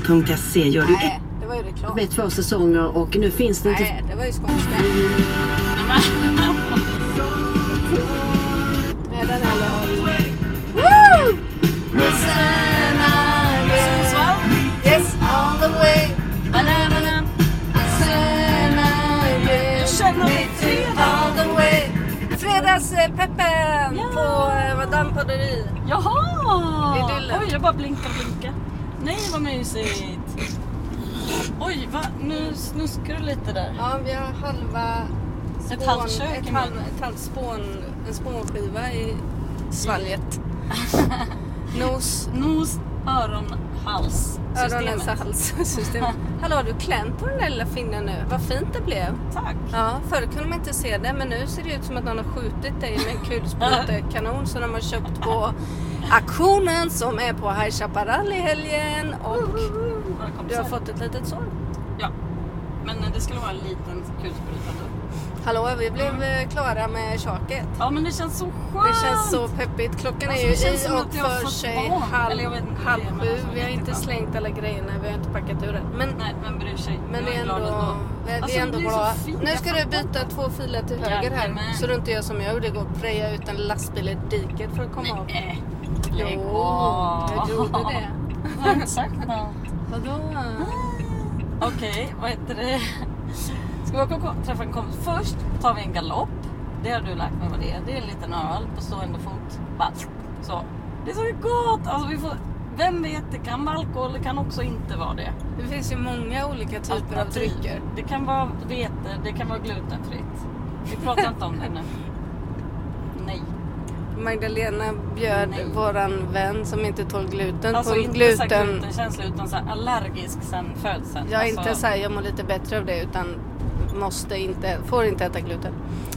Skånska.se gör du Nej, det var ju reklam. med 2 säsonger och nu finns det inte... Nej, det var ju skånska. Nej, den här Woo! Yes, all the way. All the way. Fredagspeppen på Madame Paderi. Jaha! Idyllen. Oj, jag bara blinkar. Nej, vad mysigt. Oj, nu snuskar du lite där. Ja, vi har halva Ett halvt kök i munnen. ett halvt en spånskiva i svalget. Nos, öron, hals. Öronens halssystem. Hallå, har du klämt på den där lilla finnen nu? Vad fint det blev. Tack. Ja, förr kunde man inte se det, men nu ser det ut som att någon har skjutit dig med en kulsprutekanonen som de har köpt på auktionen som är på High Chaparral i helgen, och du har fått ett litet sår. Ja, men det skulle vara en liten kulspruta då. Hallå, vi blev klara med köket. Ja, men det känns så skönt. Det känns så peppigt. Klockan är ju i och för sig halv 7. Vi har inte slängt alla grejerna, vi har inte packat ur det. Nej, men bryr sig. Men det är ändå, vi är ändå glada. Nu ska du byta 2 filer till höger här. Så du inte gör som jag gjorde, gå och preja ut en lastbil i diket för att komma av. Nej, jag gjorde det. Jag har inte sagt något. Vadå? Okej, vad heter det? Ska vi åka och träffa en kompis? Först tar vi en galopp. Det har du lärt mig vad det är. Det är en liten öl på stående fot. Bara, så. Det är så gott. Alltså vi får, vem vet, det kan vara alkohol, det kan också inte vara det. Det finns ju många olika typer av drycker. Det kan vara vete, det kan vara glutenfritt. Vi pratar inte om det nu. Nej. Magdalena bjöd våran vän som inte tål gluten alltså på inte glutenkänsla utan så allergisk sen födseln. Jag är inte så här, jag mår lite bättre av det, utan får inte äta gluten.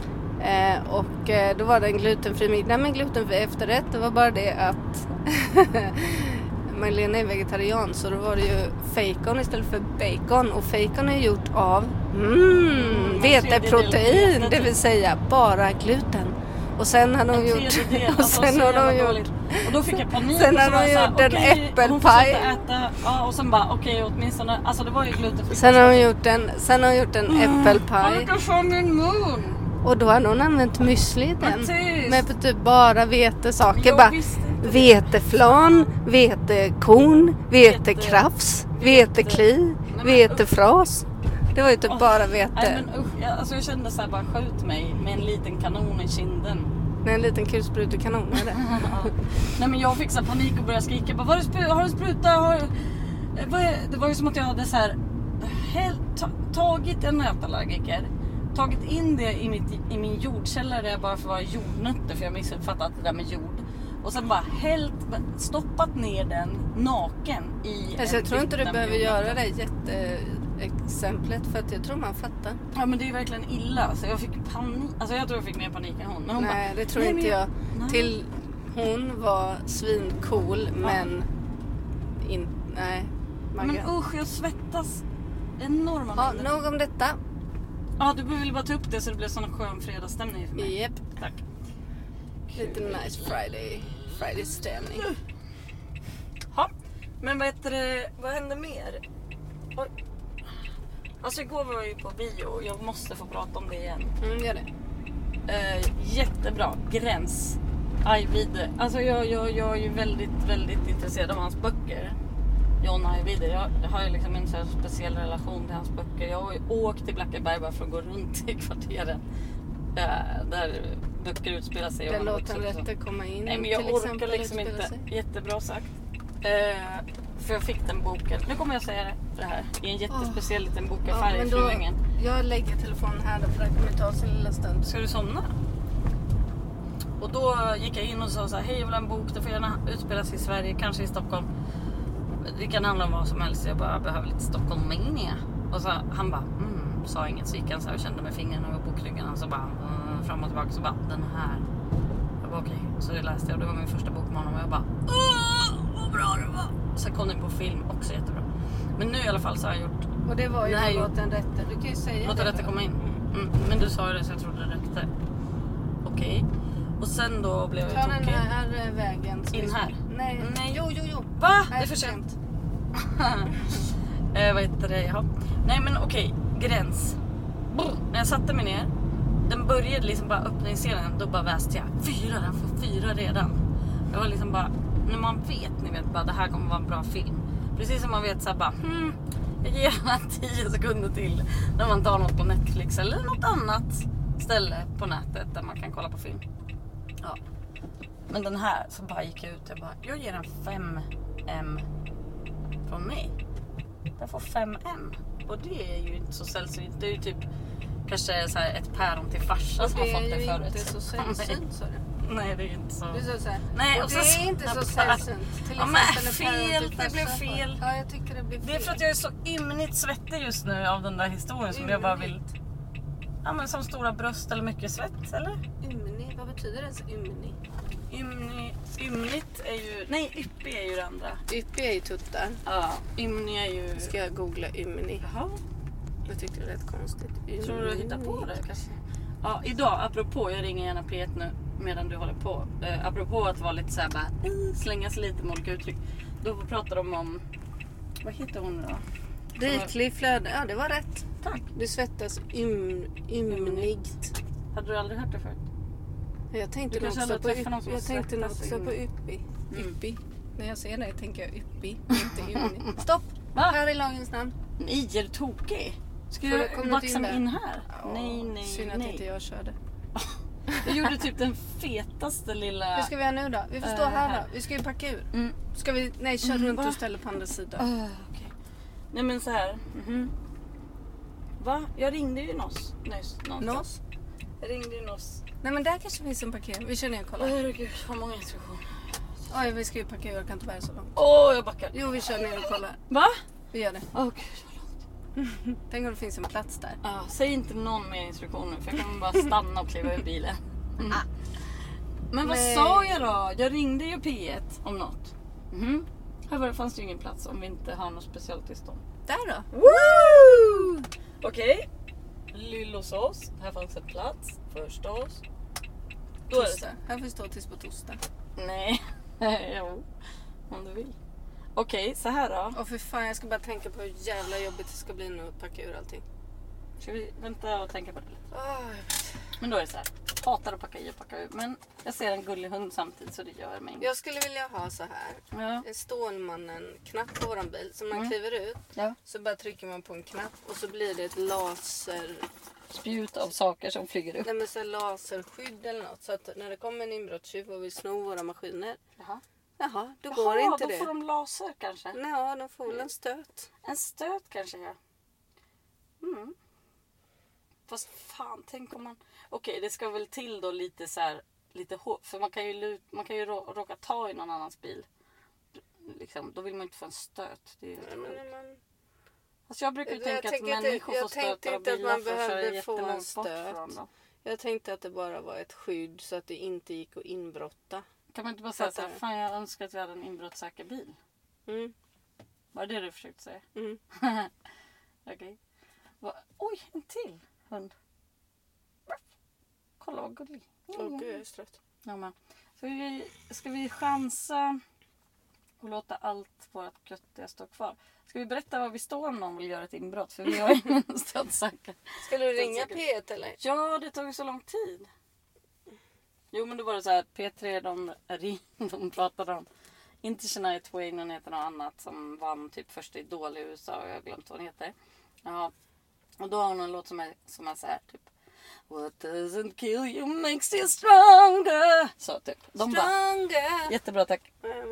Och då var det en glutenfri middag med glutenfri efterrätt. Det var bara det att Magdalena är vegetarian, så då var det ju fejkon istället för bacon. Och fejkon är gjort av veteprotein, det vill säga bara gluten. Och sen hade hon gjort och då fick jag panik. Sen hade hon gjort en äppelpaj. Ja, och sen bara åtminstone, alltså det var ju glutenfritt. Sen har hon gjort en äppelpaj. Jag kan få min mun. Och då hade hon använt müsli i den. Med typ bara vetesaker. Veteflan, vetekorn, vetekrafs, vetekli, vetefras. Det var ju typ bara vete. Nej, men usch, alltså jag kände så här, bara skjut mig med en liten kanon i kinden. Med en liten kulsprutekanon, är det? Nej, men jag fick så panik och började skrika. Bara, har du spruta? Det var ju som att jag hade så här tagit en nötallergiker, tagit in det i min jordkällare där jag bara får vara jordnötter, för jag missuppfattat det där med jord. Och sen bara stoppat ner den naken i alltså, jag tror inte du behöver göra det jätteexemplet, för att jag tror man fattar. Ja, men det är verkligen illa. Så jag fick panik. Alltså jag tror jag fick mer panik än hon. Men hon nej, det tror inte jag. Till hon var svincool, men nej. Men usch, jag svettas enorma mängder. Ja, nog om detta. Ja, du vill bara ta upp det så det blir sån skön fredagsstämning för mig. Japp. Tack. Lite nice Friday-stämning. Ja, men vad hände mer? Alltså igår var jag ju på bio. Jag måste få prata om det igen. Gör det. Jättebra. Gräns. Ajvide. Alltså jag är ju väldigt, väldigt intresserad av hans böcker. John Ajvide. Jag har ju liksom en så här speciell relation till hans böcker. Jag har ju åkt till Blackeberg bara för att gå runt i kvarteren. Där böcker utspelar sig. Det låter rätt att komma in. Nej, men jag orkar liksom inte. Jättebra sagt. För jag fick den boken. Nu kommer jag säga det här. I en jättespeciell liten bok av Färgfyllningen. Jag lägger telefonen här då, för det kommer ta sin lilla stund. Ska du somna? Och då gick jag in och sa så här: hej, jag vill ha en bok. Det får gärna utspelas i Sverige, kanske i Stockholm. Det kan handla om vad som helst. Jag bara behöver lite Stockholm-minne. Och så han bara, sa inget. Så gick han så här och kände med fingrarna över bokryggen. Och så bara, fram och tillbaka. Så bara, den här. Jag bara, okej. Så det läste jag. Och det var min första bok med honom. Och jag bara, vad bra det var. Så kom den på film, också jättebra. Men nu i alla fall så har jag gjort. Och det var ju Låt den rätta. Du kan ju säga Låt den rätta komma in. Men du sa ju det så jag trodde det räckte. Okej. Och sen då blev jag tokig. Ta den här vägen. In här? Nej. Jo. Va? Nej, det är för sent. Vad heter det? Ja. Nej men okej, gräns. När jag satte mig ner, den började liksom bara öppningsscenen, då bara väste jag 4, den får 4 redan. Jag var liksom bara, när man vet, ni vet bara, det här kommer vara en bra film. Precis som man vet så här bara, jag ger den 10 sekunder till när man tar något på Netflix eller något annat ställe på nätet där man kan kolla på film. Ja. Men den här så bara gick jag ut och bara, jag ger den 5M från mig. Den får 5M. Och det är ju inte så sällsynt. Det är ju typ kanske så här ett päron till farsa som har fått det förut. Det är ju inte så sällsynt, så det. Nej, det är ju inte så. Det är så här. Nej, och det är inte så sällsynt. Till ja, men fel, det blev fel. Ja, jag tycker det blir fel. Det är för att jag är så ymnigt svettig just nu av den där historien som jag bara vill. Ja, men som stora bröst eller mycket svett, eller? Ymnig, vad betyder det ens ymnig? Ymnigt är ju... Nej, yppig är ju det andra. Yppig är ju tuttar. Ja, ymnig är ju... Ska jag googla ymnig? Jaha. Jag tycker det är rätt konstigt. Ymnig. Tror du hittar på det kanske? Ja, idag, apropå, jag ringer gärna P1 nu medan du håller på. Apropå att vara lite såhär bara, slänga sig lite med olika uttryck. Då pratar de om... Vad heter hon nu då? Riklig flöde, ja det var rätt. Tack. Du svettas ymnigt. Hade du aldrig hört det förut? Jag tänkte Du kanske också aldrig på träffat någon som jag tänkte svettas också på ymnig. yppig. Yppig. När jag ser det tänker jag yppig, inte ymnig. Stopp! Va? Här är lagens namn. Nej, är du tokig? Ska Får jag vaxa mig in här? Ja, Nej, synd att inte jag körde. Jag gjorde typ den fetaste lilla... Hur ska vi göra nu då? Vi får stå här då. Vi ska ju packa ur. Ska vi... Nej, kör runt och ställa på andra sidan. Okay. Nej men så här. Va? Jag ringde ju Nos. Nos? Jag ringde ju Nos. Nej men där kanske finns en parkering. Vi kör ner och kollar. Herregud, vad många instruktioner. Oj, vi ska ju packa ur. Jag kan inte bära så långt. Jag backar. Jo, vi kör ner och kollar. Va? Vi gör det. Gud, vad långt. Tänk om det finns en plats där. Säg inte någon mer instruktioner för jag kommer bara stanna och kliva ur bilen. Men vad sa jag då? Jag ringde ju P1 om något. Här fanns det ju ingen plats om vi inte har något specialtillstånd. Där då? Woo! Okej. Lyllosås. Här fanns en plats. Förstås. Då är det så. Här får vi stå tills på torsdag. Nej. Jo. Om du vill. Okej, så här då. Åh för fan, jag ska bara tänka på hur jävla jobbigt det ska bli nu att packa ur allting. Ska vi vänta och tänka på det lite? Men då är det så här. Hatar att packa i och packa ur. Men jag ser en gullig hund samtidigt så det gör mig. Jag skulle vilja ha så här. En Stålmannen-knapp på våran bil. Så man kliver ut. Ja. Så bara trycker man på en knapp. Och så blir det ett spjut av saker som flyger upp. Nej men så laserskydd eller något. Så att när det kommer en inbrottstjuv och vill sno våra maskiner. Jaha, då går inte då det. Då får de laser kanske? Ja, de får väl en stöt. En stöt kanske, ja. Fast fan, tänk om man... Okej, det ska väl till då lite så här, lite hårt. För man kan ju råka ta i någon annans bil. Liksom, då vill man inte få en stöt. Det är ju alltså jag brukar ju tänka att människor får stötar av bilar för att köra jättelångt bort från dem. Jag tänkte att det bara var ett skydd så att det inte gick att inbrotta. Kan man inte bara säga så här, fan jag önskar att vi hade en inbrottssäker bil. Var det du försökte säga? Okej. Oj, en till hund. Kolla vad gullig. Gud, jag är trött. Ja, men. Ska vi chansa och låta allt vårt göttiga stå kvar? Ska vi berätta vad vi står om någon vill göra ett inbrott? För vi har ju en stödsäker. Skulle du ringa P1 eller? Ja, det tog ju så lång tid. Jo, men då var det så här. P3, de pratade om. Inte Shania Twain, hon heter något annat som vann typ första Idol i USA. Och jag har glömt vad hon heter. Ja. Och då har hon en låt som är så här typ. What doesn't kill you makes you stronger. Så typ. De bara, jättebra, tack.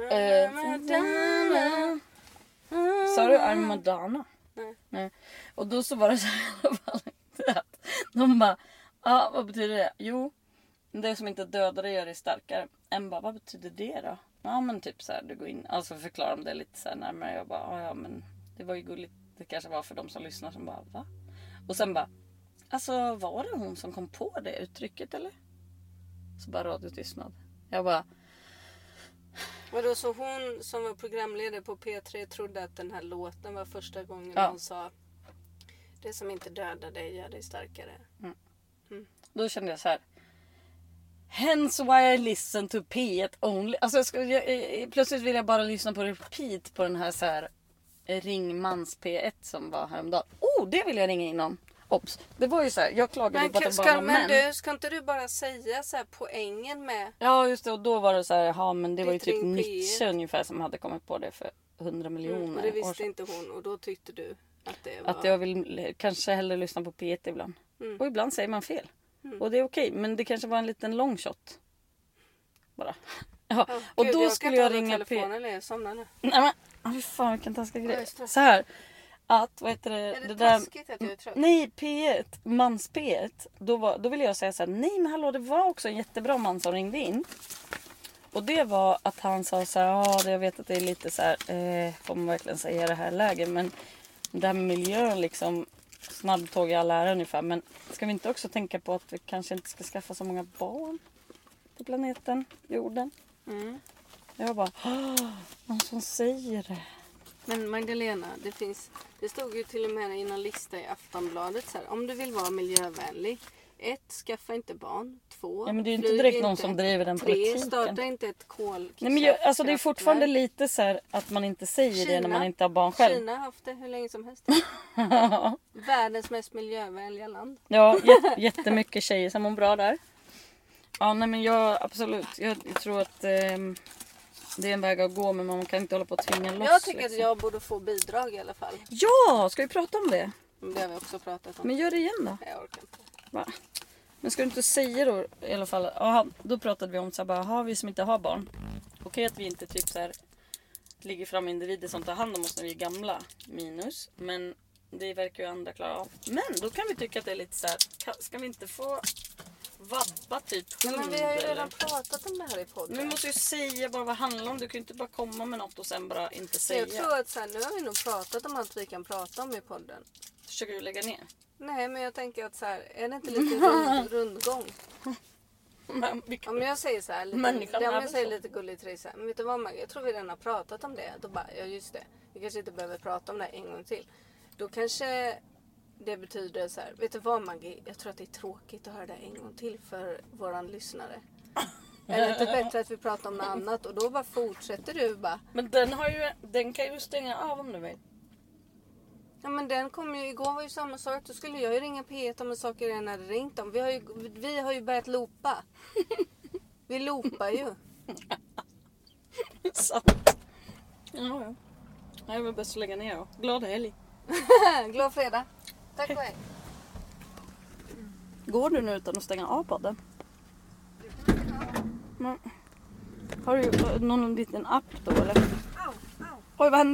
Sa du I'm Madonna? Nej. Och då så var det så här att de bara, vad betyder det? Jo, det som inte dödar dig gör dig starkare. En bara, vad betyder det då? Ja men typ så här, du går in, alltså förklarar de det lite så här närmare. Jag bara, ja men det var ju gulligt. Det kanske var för de som lyssnar som bara, va? Och sen bara, alltså var det hon som kom på det uttrycket eller? Så bara radiotystnad. Jag bara... Vadå, så hon som var programledare på P3 trodde att den här låten var första gången hon sa det som inte dödar dig gör dig starkare. Då kände jag så här. Hence why I listen to P1 only. Alltså plötsligt vill jag bara lyssna på repeat på den här så här Ring Mans P1 som var häromdagen. Det vill jag ringa in om. Ops. Det var ju så här, jag klagade på att det bara var män. Ska inte du bara säga så här poängen med... Ja just det, och då var det så här, men det var ju typ Ring Nietzsche ungefär som hade kommit på det för 100 miljoner. Och det visste inte hon och då tyckte du att det var... Att jag vill kanske hellre lyssna på P1 ibland. Och ibland säger man fel. Och det är okej, men det kanske var en liten long shot. Bara. Ja. Och Gud, då skulle jag ringa telefonen eller jag somnar nu. Nej men, fy fan vilken taskig grej. Så här, att vad heter det? Är det där... taskigt att du är trött? Nej, P1, Mans P1. Då ville jag säga så här, nej men hallå, det var också en jättebra man som ringde in. Och det var att han sa så här, jag vet att det är lite så här, får man verkligen säga det här läget, men det här med miljön liksom, snabbtåg i all ära ungefär, men ska vi inte också tänka på att vi kanske inte ska skaffa så många barn på planeten, jorden? Jag bara, någon som säger det. Men Magdalena, det stod ju till och med i någon lista i Aftonbladet så här, om du vill vara miljövänlig. 1. Skaffa inte barn. 2. Ja, men det är ju inte direkt någon som driver den 3. politiken. Starta inte ett kolkraftverk. Nej, men alltså det är fortfarande lite så här att man inte säger det när man inte har barn själv. Kina har haft det hur länge som helst. Världens mest miljövänliga land. Ja, jättemycket tjejer som mår bra där. Ja, nej men absolut. Jag tror att det är en väg att gå, men man kan inte hålla på att tvinga loss. Jag tycker liksom. att jag borde få bidrag i alla fall. Ja, ska vi prata om det? Det har vi också pratat om. Men gör det igen då. Jag orkar inte. Va? Men ska du inte säga då i alla fall? Aha, då pratade vi om så här, bara, vi som inte har barn. Okej att vi inte typ så här ligger fram individer som tar hand om oss när vi är gamla. Minus. Men det verkar ju andra klara av. Men då kan vi tycka att det är lite så här, ska vi inte få vabba typ hund? Men vi har ju redan pratat om det här i podden. Men vi måste ju säga bara vad det handlar om. Du kan ju inte bara komma med något och sen bara inte säga. Jag tror att så här, nu har vi nog pratat om allt vi kan prata om i podden. Försöker du lägga ner? Nej, men jag tänker att så här, är det inte lite rundgång? Om jag säger så här, jag säger lite gulligt till dig så här, men vet du vad Maggie, jag tror vi redan har pratat om det. Då bara, ja just det, vi kanske inte behöver prata om det en gång till. Då kanske det betyder så här, vet du vad Maggie, jag tror att det är tråkigt att höra det en gång till för våran lyssnare. Är det inte bättre att vi pratar om något annat? Och då bara fortsätter du bara. Men den kan ju stänga av om du vill. Ja, men den kom ju, igår var ju samma sak. Då skulle jag ju ringa P1 om en sak jag redan hade ringt om. Vi har ju börjat loopa. Vi loopar ju. Sant. Ja. Jag vill bäst lägga ner då. Glad helg. Glad fredag. Tack och hej. Går du nu utan att stänga av podden? Men, har du någon liten app då eller? Oj, vad hände?